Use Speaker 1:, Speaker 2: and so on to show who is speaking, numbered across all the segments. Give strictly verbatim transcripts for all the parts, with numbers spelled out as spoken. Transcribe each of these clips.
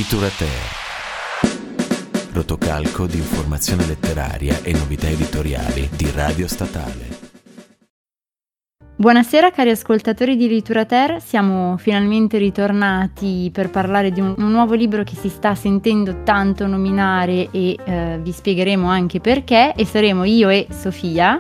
Speaker 1: Literature, rotocalco di informazione letteraria e novità editoriali di Radio Statale.
Speaker 2: Buonasera cari ascoltatori di Literature, siamo finalmente ritornati per parlare di un, un nuovo libro che si sta sentendo tanto nominare e eh, vi spiegheremo anche perché, e saremo io e Sofia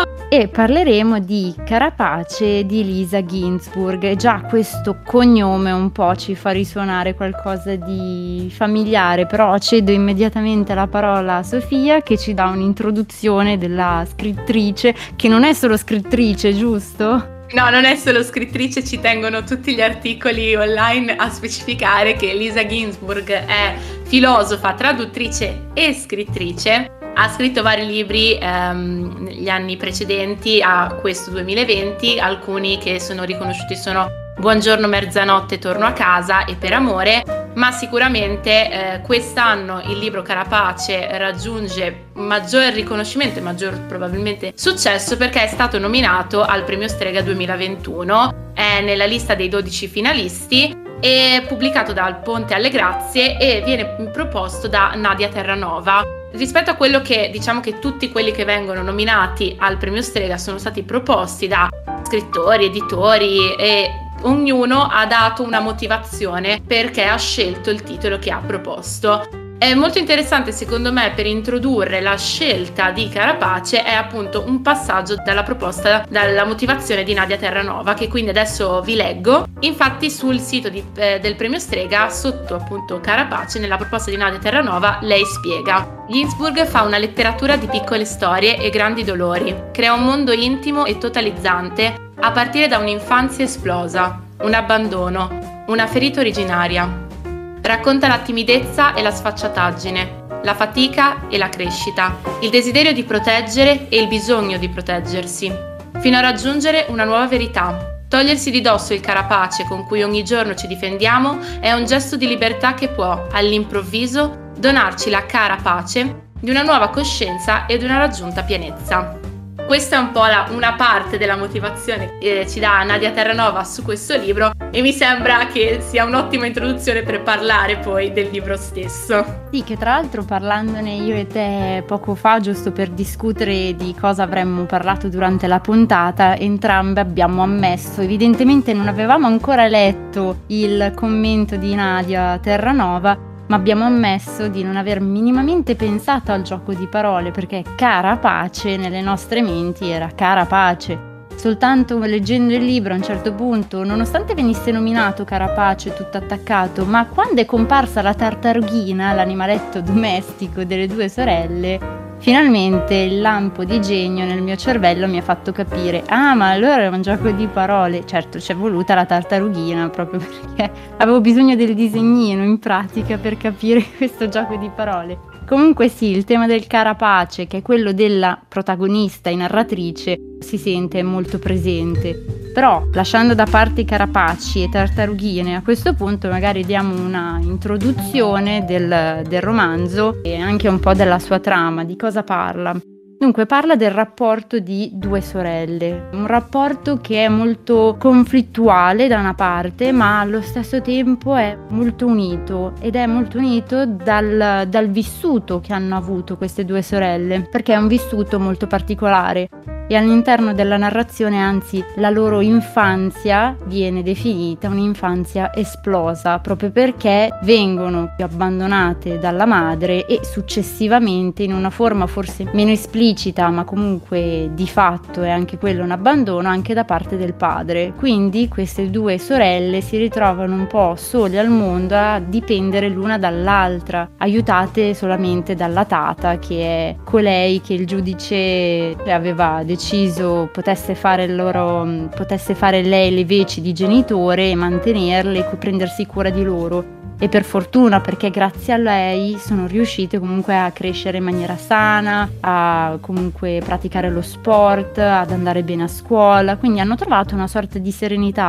Speaker 2: e parleremo di Carapace di Lisa Ginsburg. E già questo cognome un po' ci fa risuonare qualcosa di familiare, però cedo immediatamente la parola a Sofia che ci dà un'introduzione della scrittrice, che non è solo scrittrice, giusto?
Speaker 3: No, non è solo scrittrice, ci tengono tutti gli articoli online a specificare che Lisa Ginsburg è filosofa, traduttrice e scrittrice. Ha scritto vari libri ehm, negli anni precedenti a questo duemilaventi, alcuni che sono riconosciuti sono Buongiorno mezzanotte torno a casa e Per amore, ma sicuramente eh, quest'anno il libro Carapace raggiunge maggior riconoscimento e maggior probabilmente successo perché è stato nominato al Premio Strega duemilaventuno, è nella lista dei dodici finalisti, è pubblicato dal Ponte alle Grazie e viene proposto da Nadia Terranova. Rispetto a quello che diciamo che tutti quelli che vengono nominati al Premio Strega sono stati proposti da scrittori, editori e ognuno ha dato una motivazione perché ha scelto il titolo che ha proposto. È molto interessante secondo me per introdurre la scelta di Carapace è appunto un passaggio dalla proposta, dalla motivazione di Nadia Terranova, che quindi adesso vi leggo. Infatti sul sito di, eh, del Premio Strega, sotto appunto Carapace, nella proposta di Nadia Terranova, lei spiega: Ginsburg fa una letteratura di piccole storie e grandi dolori, crea un mondo intimo e totalizzante a partire da un'infanzia esplosa, un abbandono, una ferita originaria. Racconta la timidezza e la sfacciataggine, la fatica e la crescita, il desiderio di proteggere e il bisogno di proteggersi, fino a raggiungere una nuova verità. Togliersi di dosso il carapace con cui ogni giorno ci difendiamo è un gesto di libertà che può, all'improvviso, donarci la cara pace di una nuova coscienza e di una raggiunta pienezza. Questa è un po' la, una parte della motivazione che ci dà Nadia Terranova su questo libro e mi sembra che sia un'ottima introduzione per parlare poi del libro stesso.
Speaker 2: Sì, che tra l'altro parlandone io e te poco fa, giusto per discutere di cosa avremmo parlato durante la puntata, entrambe abbiamo ammesso, evidentemente non avevamo ancora letto il commento di Nadia Terranova, ma abbiamo ammesso di non aver minimamente pensato al gioco di parole, perché Carapace nelle nostre menti era Carapace. Soltanto leggendo il libro a un certo punto, nonostante venisse nominato Carapace tutto attaccato, ma quando è comparsa la tartarughina, l'animaletto domestico delle due sorelle, finalmente il lampo di genio nel mio cervello mi ha fatto capire: ah, ma allora è un gioco di parole. Certo, c'è voluta la tartarughina proprio perché avevo bisogno del disegnino in pratica per capire questo gioco di parole. Comunque sì, il tema del Carapace, che è quello della protagonista e narratrice, si sente molto presente. Però, lasciando da parte i carapaci e tartarughine, a questo punto magari diamo una introduzione del, del romanzo e anche un po' della sua trama, di cosa parla. Dunque parla del rapporto di due sorelle, un rapporto che è molto conflittuale da una parte, ma allo stesso tempo è molto unito, ed è molto unito dal, dal vissuto che hanno avuto queste due sorelle, perché è un vissuto molto particolare. E all'interno della narrazione, anzi, la loro infanzia viene definita un'infanzia esplosa, proprio perché vengono abbandonate dalla madre e successivamente, in una forma forse meno esplicita, ma comunque di fatto è anche quello un abbandono, anche da parte del padre. Quindi queste due sorelle si ritrovano un po' sole al mondo, a dipendere l'una dall'altra, aiutate solamente dalla tata, che è colei che il giudice aveva deciso deciso potesse fare loro potesse fare lei le veci di genitore e mantenerle e prendersi cura di loro, e per fortuna, perché grazie a lei sono riuscite comunque a crescere in maniera sana, a comunque praticare lo sport, ad andare bene a scuola, quindi hanno trovato una sorta di serenità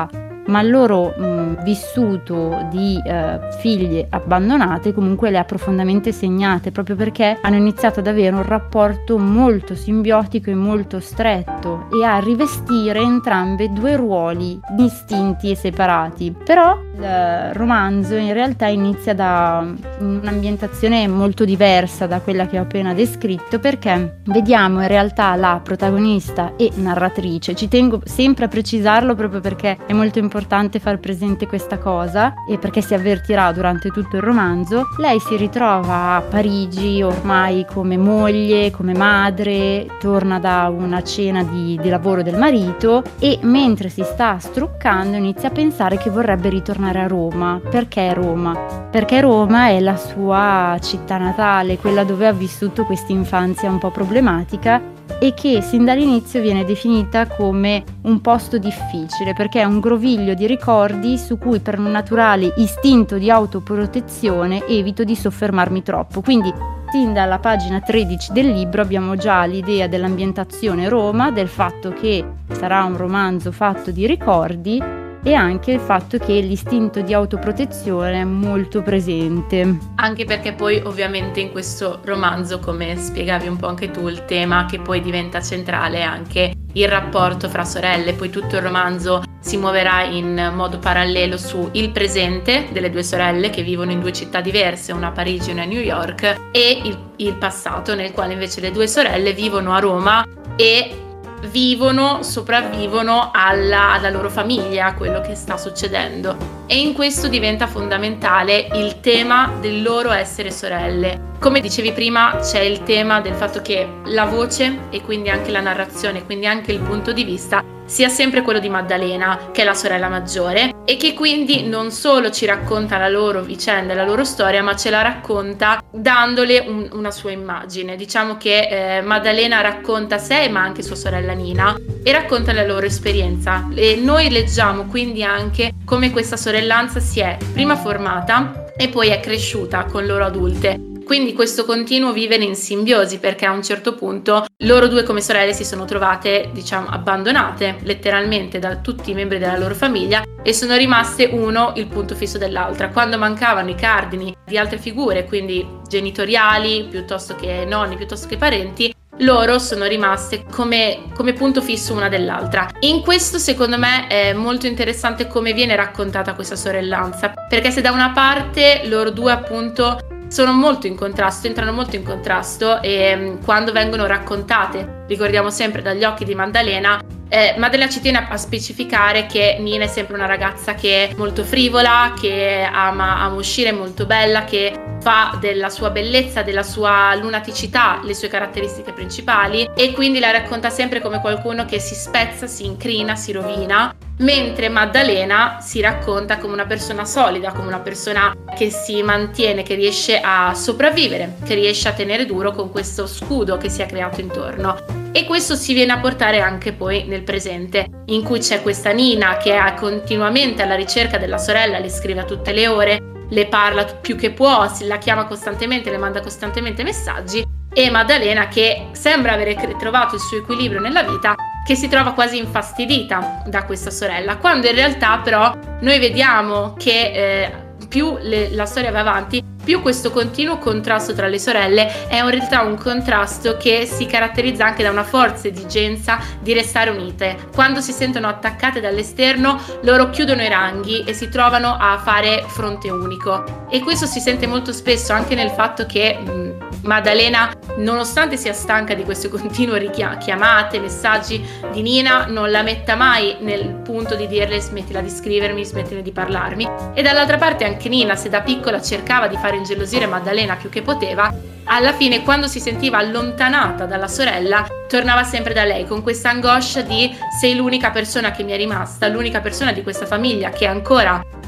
Speaker 2: ma il loro mh, vissuto di eh, figlie abbandonate comunque le ha profondamente segnate, proprio perché hanno iniziato ad avere un rapporto molto simbiotico e molto stretto e a rivestire entrambe due ruoli distinti e separati. Però il romanzo in realtà inizia da un'ambientazione molto diversa da quella che ho appena descritto, perché vediamo in realtà la protagonista e narratrice. Ci tengo sempre a precisarlo proprio perché è molto importante far presente questa cosa e perché si avvertirà durante tutto il romanzo. Lei si ritrova a Parigi ormai come moglie, come madre, torna da una cena di, di lavoro del marito e mentre si sta struccando inizia a pensare che vorrebbe ritornare a Roma. Perché Roma? Perché Roma è la sua città natale, quella dove ha vissuto questa infanzia un po' problematica e che sin dall'inizio viene definita come un posto difficile perché è un groviglio di ricordi su cui per un naturale istinto di autoprotezione evito di soffermarmi troppo. Quindi sin dalla pagina tredici del libro abbiamo già l'idea dell'ambientazione Roma, del fatto che sarà un romanzo fatto di ricordi e anche il fatto che l'istinto di autoprotezione è molto presente.
Speaker 3: Anche perché poi ovviamente in questo romanzo, come spiegavi un po' anche tu, il tema che poi diventa centrale è anche il rapporto fra sorelle. Poi tutto il romanzo si muoverà in modo parallelo su il presente delle due sorelle che vivono in due città diverse, una a Parigi e una a New York, e il, il passato nel quale invece le due sorelle vivono a Roma e vivono, sopravvivono alla, alla loro famiglia, a quello che sta succedendo, e in questo diventa fondamentale il tema del loro essere sorelle. Come dicevi prima, c'è il tema del fatto che la voce e quindi anche la narrazione, quindi anche il punto di vista sia sempre quello di Maddalena, che è la sorella maggiore, e che quindi non solo ci racconta la loro vicenda e la loro storia, ma ce la racconta dandole un, una sua immagine. Diciamo che eh, Maddalena racconta sé, ma anche sua sorella Nina, e racconta la loro esperienza. E noi leggiamo quindi anche come questa sorellanza si è prima formata e poi è cresciuta con loro adulte. Quindi questo continuo vivere in simbiosi, perché a un certo punto loro due come sorelle si sono trovate, diciamo, abbandonate letteralmente da tutti i membri della loro famiglia e sono rimaste uno il punto fisso dell'altra. Quando mancavano i cardini di altre figure, quindi genitoriali, piuttosto che nonni, piuttosto che parenti, loro sono rimaste come, come punto fisso una dell'altra. In questo secondo me è molto interessante come viene raccontata questa sorellanza, perché se da una parte loro due appunto sono molto in contrasto, entrano molto in contrasto e um, quando vengono raccontate, ricordiamo sempre dagli occhi di Maddalena, eh, Maddalena ci tiene a, a specificare che Nina è sempre una ragazza che è molto frivola, che ama, ama uscire, molto bella, che fa della sua bellezza, della sua lunaticità le sue caratteristiche principali, e quindi la racconta sempre come qualcuno che si spezza, si incrina, si rovina, mentre Maddalena si racconta come una persona solida, come una persona che si mantiene, che riesce a sopravvivere, che riesce a tenere duro con questo scudo che si è creato intorno. E questo si viene a portare anche poi nel presente, in cui c'è questa Nina che è continuamente alla ricerca della sorella, le scrive a tutte le ore, le parla più che può, la chiama costantemente, le manda costantemente messaggi, e Maddalena che sembra avere trovato il suo equilibrio nella vita, che si trova quasi infastidita da questa sorella, quando in realtà però noi vediamo che eh, più le, la storia va avanti, più questo continuo contrasto tra le sorelle è in realtà un contrasto che si caratterizza anche da una forza esigenza di restare unite. Quando si sentono attaccate dall'esterno, loro chiudono i ranghi e si trovano a fare fronte unico, e questo si sente molto spesso anche nel fatto che mh, Maddalena, nonostante sia stanca di queste continue richiamate, messaggi di Nina, non la metta mai nel punto di dirle smettila di scrivermi, smettila di parlarmi, e dall'altra parte anche Nina, se da piccola cercava di fare ingelosire Maddalena più che poteva, alla fine quando si sentiva allontanata dalla sorella tornava sempre da lei con questa angoscia di sei l'unica persona che mi è rimasta, l'unica persona di questa famiglia che ancora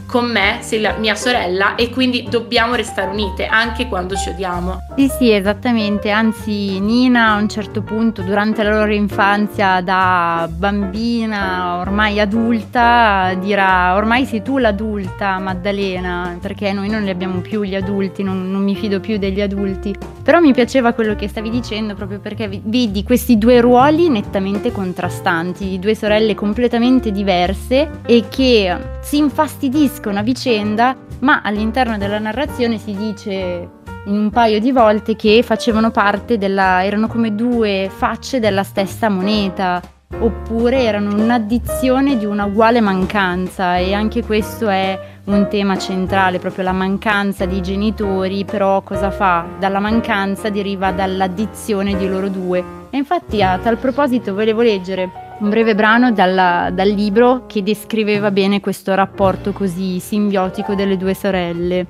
Speaker 3: con me sei la mia sorella e quindi dobbiamo restare unite anche quando ci odiamo.
Speaker 2: Sì, sì, esattamente, anzi Nina a un certo punto durante la loro infanzia da bambina ormai adulta dirà ormai sei tu l'adulta Maddalena, perché noi non li abbiamo più gli adulti, non, non mi fido più degli adulti. Però mi piaceva quello che stavi dicendo proprio perché vedi questi due ruoli nettamente contrastanti, due sorelle completamente diverse e che si infastidiscono a vicenda, ma all'interno della narrazione si dice in un paio di volte che facevano parte della, erano come due facce della stessa moneta, oppure erano un'addizione di una uguale mancanza, e anche questo è un tema centrale, proprio la mancanza dei genitori. Però cosa fa? Dalla mancanza deriva dall'addizione di loro due. E infatti a tal proposito volevo leggere un breve brano dalla, dal libro che descriveva bene questo rapporto così simbiotico delle due sorelle.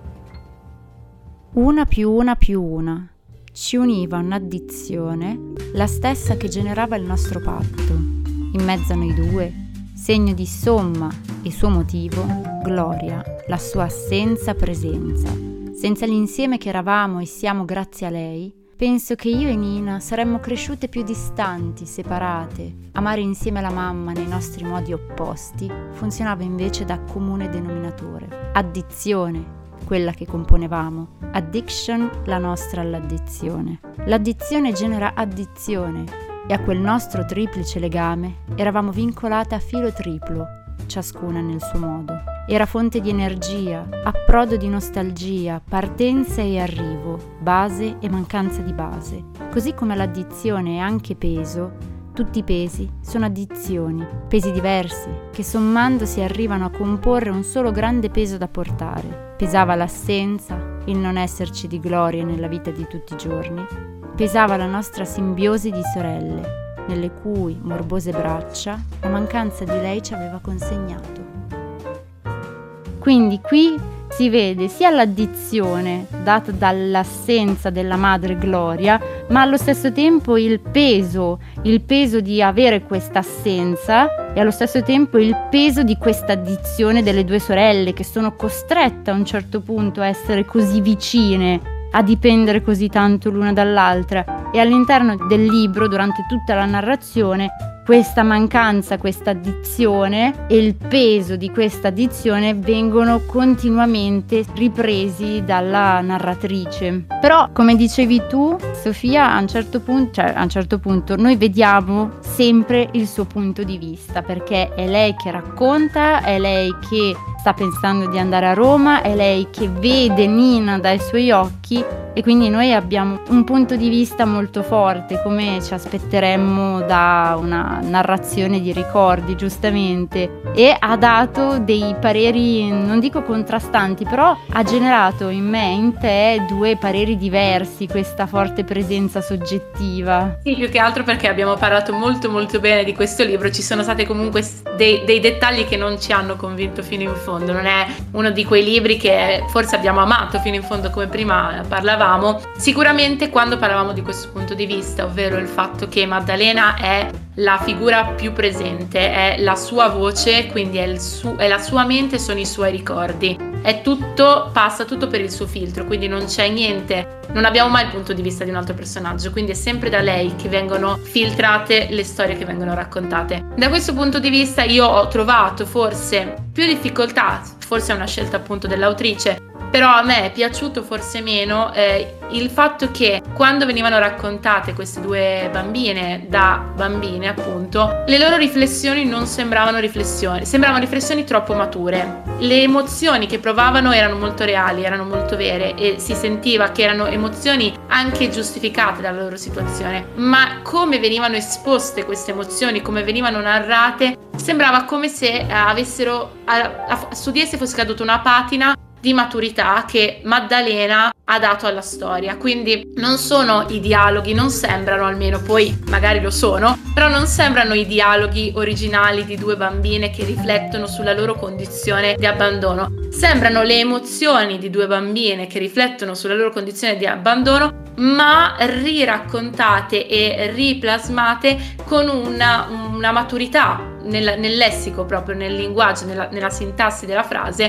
Speaker 2: Una più una più una ci univa un'addizione, la stessa che generava il nostro patto. In mezzo a noi due, segno di somma e suo motivo, gloria, la sua assenza-presenza. Senza l'insieme che eravamo e siamo grazie a lei, penso che io e Nina saremmo cresciute più distanti, separate. Amare insieme la mamma nei nostri modi opposti funzionava invece da comune denominatore. Addizione, quella che componevamo. Addiction, la nostra all'addizione. L'addizione genera addizione e a quel nostro triplice legame eravamo vincolate a filo triplo, ciascuna nel suo modo. Era fonte di energia, approdo di nostalgia, partenza e arrivo, base e mancanza di base. Così come l'addizione è anche peso, tutti i pesi sono addizioni, pesi diversi, che sommandosi arrivano a comporre un solo grande peso da portare. Pesava l'assenza, il non esserci di gloria nella vita di tutti i giorni. Pesava la nostra simbiosi di sorelle, nelle cui morbose braccia la mancanza di lei ci aveva consegnato. Quindi qui si vede sia l'addizione data dall'assenza della madre Gloria, ma allo stesso tempo il peso, il peso di avere questa assenza e allo stesso tempo il peso di questa addizione delle due sorelle che sono costrette a un certo punto a essere così vicine, a dipendere così tanto l'una dall'altra. E all'interno del libro, durante tutta la narrazione, questa mancanza, questa addizione e il peso di questa addizione vengono continuamente ripresi dalla narratrice. Però, come dicevi tu, Sofia, a un certo punto, cioè a un certo punto noi vediamo sempre il suo punto di vista, perché è lei che racconta, è lei che sta pensando di andare a Roma, è lei che vede Nina dai suoi occhi e quindi noi abbiamo un punto di vista molto forte, come ci aspetteremmo da una narrazione di ricordi, giustamente, e ha dato dei pareri, non dico contrastanti, però ha generato in me e in te due pareri diversi, questa forte presenza soggettiva.
Speaker 3: Sì, più che altro perché abbiamo parlato molto molto bene di questo libro, ci sono stati comunque dei, dei dettagli che non ci hanno convinto fino in fondo, non è uno di quei libri che forse abbiamo amato fino in fondo come prima parlavamo. Sicuramente quando parlavamo di questo punto di vista, ovvero il fatto che Maddalena è la figura più presente, è la sua voce, quindi è, il su- è la sua mente, sono i suoi ricordi, è tutto, passa tutto per il suo filtro, quindi non c'è niente, non abbiamo mai il punto di vista di un altro personaggio, quindi è sempre da lei che vengono filtrate le storie che vengono raccontate. Da questo punto di vista io ho trovato forse più difficoltà, forse è una scelta appunto dell'autrice, però a me è piaciuto forse meno eh, il fatto che quando venivano raccontate queste due bambine da bambine appunto, le loro riflessioni non sembravano riflessioni, sembravano riflessioni troppo mature. Le emozioni che provavano erano molto reali, erano molto vere e si sentiva che erano emozioni anche giustificate dalla loro situazione, ma come venivano esposte queste emozioni, come venivano narrate, sembrava come se avessero a, a, su di esse fosse caduta una patina di maturità che Maddalena ha dato alla storia. Quindi non sono i dialoghi, non sembrano, almeno poi magari lo sono, però non sembrano i dialoghi originali di due bambine che riflettono sulla loro condizione di abbandono, sembrano le emozioni di due bambine che riflettono sulla loro condizione di abbandono, ma riraccontate e riplasmate con una, una maturità nel, nel lessico, proprio nel linguaggio, nella, nella sintassi della frase,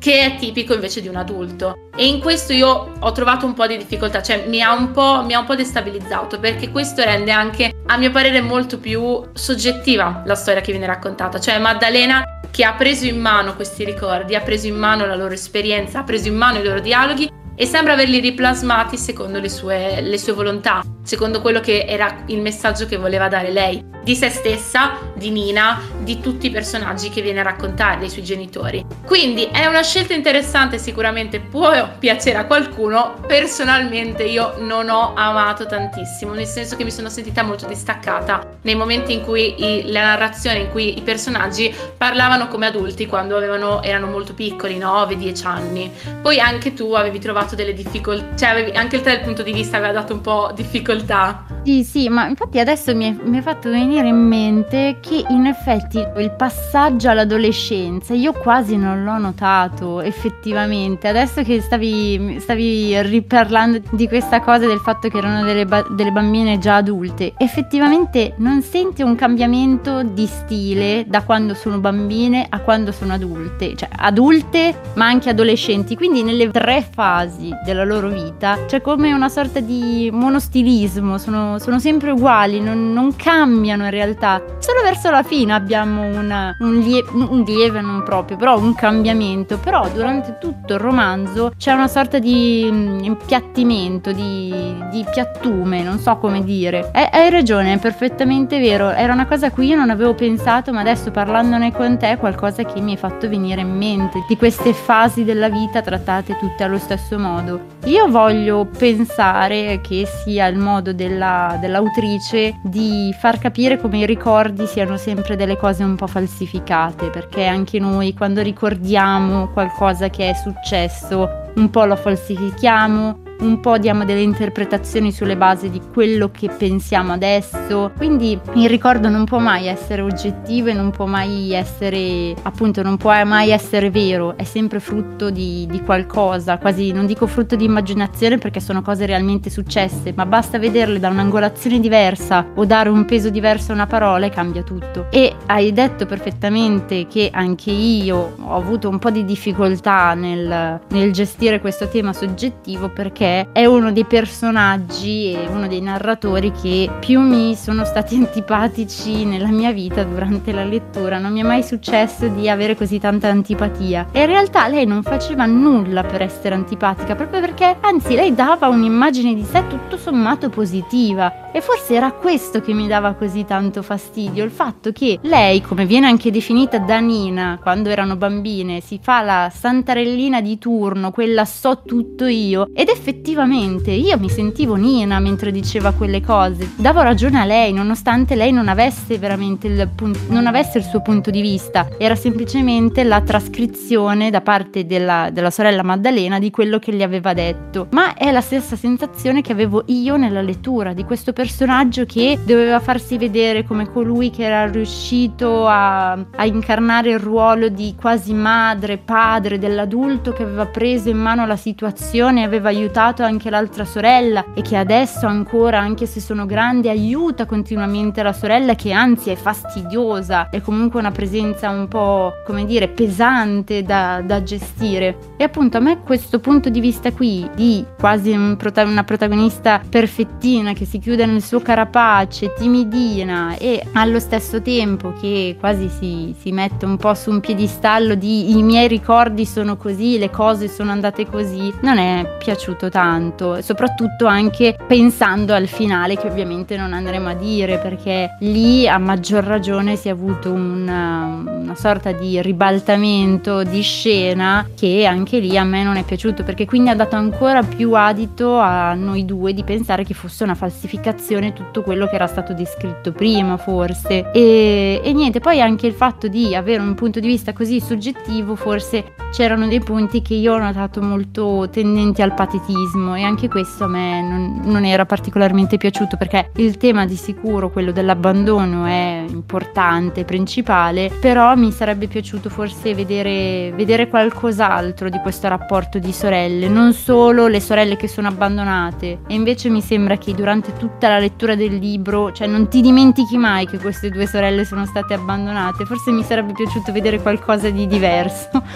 Speaker 3: che è tipico invece di un adulto. E in questo io ho trovato un po' di difficoltà, cioè mi ha un po', mi ha un po' destabilizzato, perché questo rende anche, a mio parere, molto più soggettiva la storia che viene raccontata. Cioè Maddalena, che ha preso in mano questi ricordi, ha preso in mano la loro esperienza, ha preso in mano i loro dialoghi e sembra averli riplasmati secondo le sue, le sue volontà, secondo quello che era il messaggio che voleva dare lei, di se stessa, di Nina, di tutti i personaggi che viene a raccontare, dei suoi genitori. Quindi è una scelta interessante, sicuramente può piacere a qualcuno. Personalmente io non ho amato tantissimo, nel senso che mi sono sentita molto distaccata nei momenti in cui i, la narrazione, in cui i personaggi parlavano come adulti quando avevano, erano molto piccoli, nove dieci anni. Poi anche tu avevi trovato delle difficoltà, cioè avevi, anche il te dal punto di vista aveva dato un po' difficoltà.
Speaker 2: Sì, sì, ma infatti adesso mi è, mi è fatto venire in mente che in effetti il passaggio all'adolescenza io quasi non l'ho notato effettivamente. Adesso che stavi, stavi riparlando di questa cosa, del fatto che erano delle, ba- delle bambine già adulte, effettivamente non senti un cambiamento di stile da quando sono bambine a quando sono adulte, cioè adulte ma anche adolescenti, quindi nelle tre fasi della loro vita c'è come una sorta di monostilismo, sono sono sempre uguali, non, non cambiano in realtà. Solo verso la fine abbiamo una, un, lie- un lieve, non proprio, però un cambiamento. Però durante tutto il romanzo c'è una sorta di mh, impiattimento, di, di piattume, non so come dire. E, hai ragione, è perfettamente vero. Era una cosa a cui io non avevo pensato, ma adesso parlandone con te è qualcosa che mi hai fatto venire in mente, di queste fasi della vita trattate tutte allo stesso modo. Io voglio pensare che sia il modo della dell'autrice di far capire come i ricordi siano sempre delle cose un po' falsificate, perché anche noi quando ricordiamo qualcosa che è successo un po' lo falsifichiamo, un po' diamo delle interpretazioni sulle basi di quello che pensiamo adesso, quindi il ricordo non può mai essere oggettivo e non può mai essere, appunto, non può mai essere vero, è sempre frutto di, di qualcosa, quasi non dico frutto di immaginazione perché sono cose realmente successe, ma basta vederle da un'angolazione diversa o dare un peso diverso a una parola e cambia tutto. E hai detto perfettamente che anche io ho avuto un po' di difficoltà nel, nel gestire questo tema soggettivo, perché è uno dei personaggi e uno dei narratori che più mi sono stati antipatici nella mia vita durante la lettura. Non mi è mai successo di avere così tanta antipatia e in realtà lei non faceva nulla per essere antipatica, proprio perché anzi lei dava un'immagine di sé tutto sommato positiva, e forse era questo che mi dava così tanto fastidio, il fatto che lei, come viene anche definita da Nina quando erano bambine, si fa la santarellina di turno, quella so tutto io, ed effettivamente io mi sentivo Nina mentre diceva quelle cose, davo ragione a lei nonostante lei non avesse veramente il punto, non avesse il suo punto di vista, era semplicemente la trascrizione da parte della, della sorella Maddalena di quello che gli aveva detto. Ma è la stessa sensazione che avevo io nella lettura di questo personaggio che doveva farsi vedere come colui che era riuscito a, a incarnare il ruolo di quasi madre, padre dell'adulto che aveva preso in mano la situazione e aveva aiutato anche l'altra sorella, e che adesso ancora, anche se sono grande, aiuta continuamente la sorella, che anzi è fastidiosa, è comunque una presenza un po', come dire, pesante da, da gestire. E appunto a me questo punto di vista qui di quasi un prota- una protagonista perfettina che si chiude nel suo carapace, timidina, e allo stesso tempo che quasi si, si mette un po' su un piedistallo di i miei ricordi sono così, le cose sono andate così, non è piaciuto tanto, soprattutto anche pensando al finale, che ovviamente non andremo a dire perché lì a maggior ragione si è avuto una, una sorta di ribaltamento di scena che anche lì a me non è piaciuto, perché quindi ha dato ancora più adito a noi due di pensare che fosse una falsificazione tutto quello che era stato descritto prima, forse, e, e niente, poi anche il fatto di avere un punto di vista così soggettivo, forse c'erano dei punti che io ho notato molto tendenti al patetismo, e anche questo a me non, non era particolarmente piaciuto, perché il tema di sicuro, quello dell'abbandono, è importante, principale, però mi sarebbe piaciuto forse vedere, vedere qualcos'altro di questo rapporto di sorelle, non solo le sorelle che sono abbandonate. E invece mi sembra che durante tutta la lettura del libro, cioè non ti dimentichi mai che queste due sorelle sono state abbandonate. Forse mi sarebbe piaciuto vedere qualcosa di diverso, però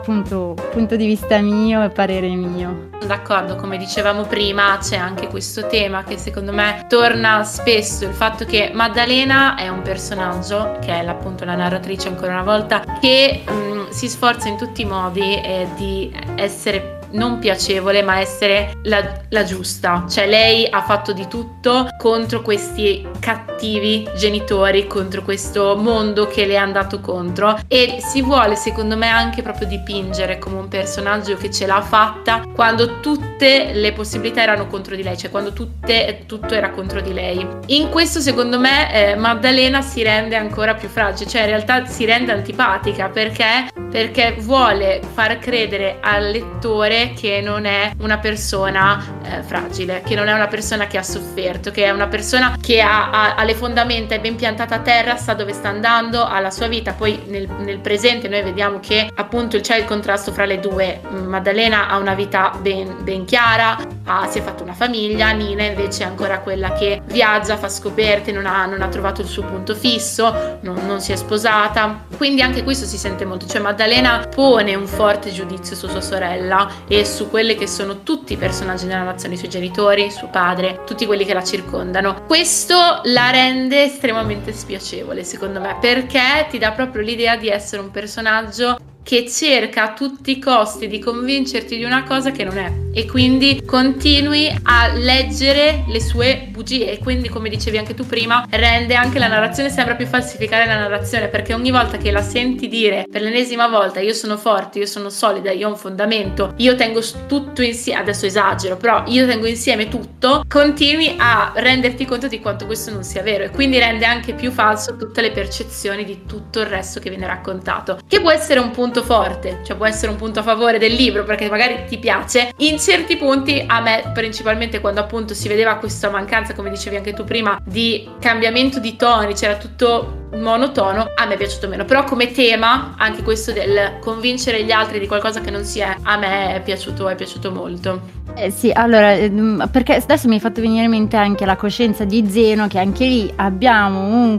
Speaker 2: appunto punto di vista mio e parere mio.
Speaker 3: D'accordo, come dicevamo prima c'è anche questo tema che secondo me torna spesso, il fatto che Maddalena è un personaggio, che è appunto la narratrice ancora una volta, che mh, si sforza in tutti i modi eh, di essere non piacevole ma essere la, la giusta, cioè lei ha fatto di tutto contro questi cattivi genitori, contro questo mondo che le è andato contro, e si vuole secondo me anche proprio dipingere come un personaggio che ce l'ha fatta quando tutte le possibilità erano contro di lei, cioè quando tutte, tutto era contro di lei. In questo secondo me eh, Maddalena si rende ancora più fragile, cioè in realtà si rende antipatica perché perché vuole far credere al lettore che non è una persona eh, fragile, che non è una persona che ha sofferto, che è una persona che ha, ha, ha le fondamenta, è ben piantata a terra, sa dove sta andando, ha la sua vita. Poi nel, nel presente noi vediamo che appunto c'è il contrasto fra le due. Maddalena ha una vita ben, ben chiara, ha, si è fatta una famiglia, Nina invece è ancora quella che viaggia, fa scoperte, non ha, non ha trovato il suo punto fisso, non, non si è sposata, quindi anche questo si sente molto, cioè Maddalena pone un forte giudizio su sua sorella e su quelli che sono tutti i personaggi della narrazione, i suoi genitori, suo padre, tutti quelli che la circondano. Questo la rende estremamente spiacevole secondo me, perché ti dà proprio l'idea di essere un personaggio che cerca a tutti i costi di convincerti di una cosa che non è, e quindi continui a leggere le sue bugie, e quindi, come dicevi anche tu prima, rende anche la narrazione, sembra più falsificare la narrazione, perché ogni volta che la senti dire per l'ennesima volta io sono forte, io sono solida, io ho un fondamento, io tengo tutto insieme, adesso esagero, però io tengo insieme tutto, continui a renderti conto di quanto questo non sia vero, e quindi rende anche più falso tutte le percezioni di tutto il resto che viene raccontato, che può essere un punto forte, cioè può essere un punto a favore del libro perché magari ti piace. In certi punti a me, principalmente quando appunto si vedeva questa mancanza, come dicevi anche tu prima, di cambiamento di toni, c'era tutto monotono, a me è piaciuto meno. Però come tema anche questo del convincere gli altri di qualcosa che non si è, a me è piaciuto, è piaciuto molto.
Speaker 2: Eh sì, allora, perché adesso mi hai fatto venire in mente anche la coscienza di Zeno, che anche lì abbiamo un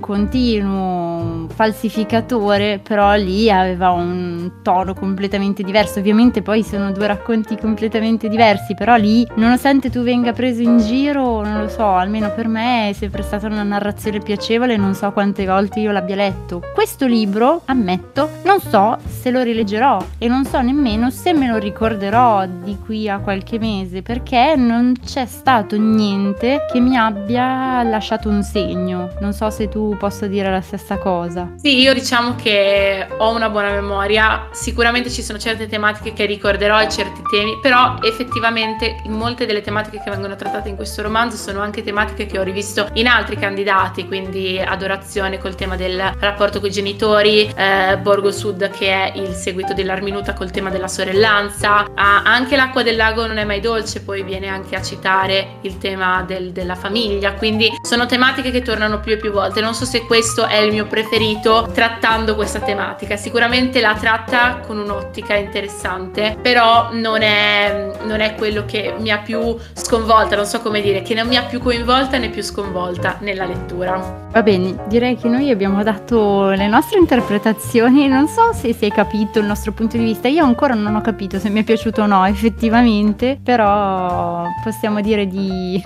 Speaker 2: continuo falsificatore, però lì aveva un tono completamente diverso. Ovviamente poi sono due racconti completamente diversi, però lì, nonostante tu venga preso in giro, non lo so, almeno per me è sempre stata una narrazione piacevole, non so quante volte io l'abbia letto. Questo libro, ammetto, non so se lo rileggerò e non so nemmeno se me lo ricorderò di qui a qualche mese, perché non c'è stato niente che mi abbia lasciato un segno. Non so se tu possa dire la stessa cosa.
Speaker 3: Sì, io diciamo che ho una buona memoria, sicuramente ci sono certe tematiche che ricorderò e certi temi, però effettivamente molte delle tematiche che vengono trattate in questo romanzo sono anche tematiche che ho rivisto in altri candidati, quindi Adorazione col tema del rapporto con i genitori, eh, Borgo Sud che è il seguito dell'Arminuta col tema della sorellanza, ah, anche L'acqua del lago non è mai dolce poi viene anche a citare il tema del, della famiglia, quindi sono tematiche che tornano più e più volte. Non so se questo è il mio preferito trattando questa tematica, sicuramente la tratta con un'ottica interessante, però non è, non è quello che mi ha più sconvolta, non so come dire, che non mi ha più coinvolta né più sconvolta nella lettura.
Speaker 2: Va bene, direi che noi abbiamo dato le nostre interpretazioni, non so se si è capito il nostro punto di vista, io ancora non ho capito se mi è piaciuto o no effettivamente, però possiamo dire di,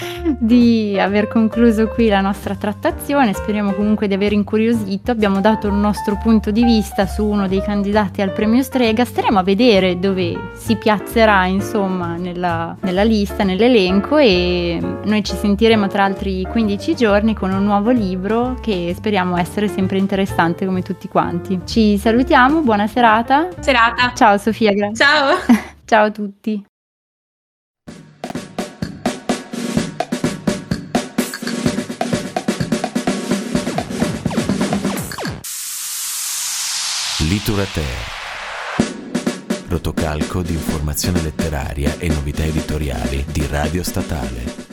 Speaker 2: di aver concluso qui la nostra trattazione. Speriamo comunque di aver incuriosito, abbiamo dato il nostro punto di vista su uno dei candidati al premio Strega, staremo a vedere dove si piazzerà insomma nella, nella lista, nell'elenco, e noi ci sentiremo tra altri quindici giorni con un nuovo libro che speriamo essere sempre interessante come tutti quanti. Ci salutiamo, buona serata.
Speaker 3: Serata.
Speaker 2: Ciao Sofia, grazie.
Speaker 3: Ciao.
Speaker 2: Ciao a tutti.
Speaker 1: Literature, rotocalco di informazione letteraria e novità editoriali di Radio Statale.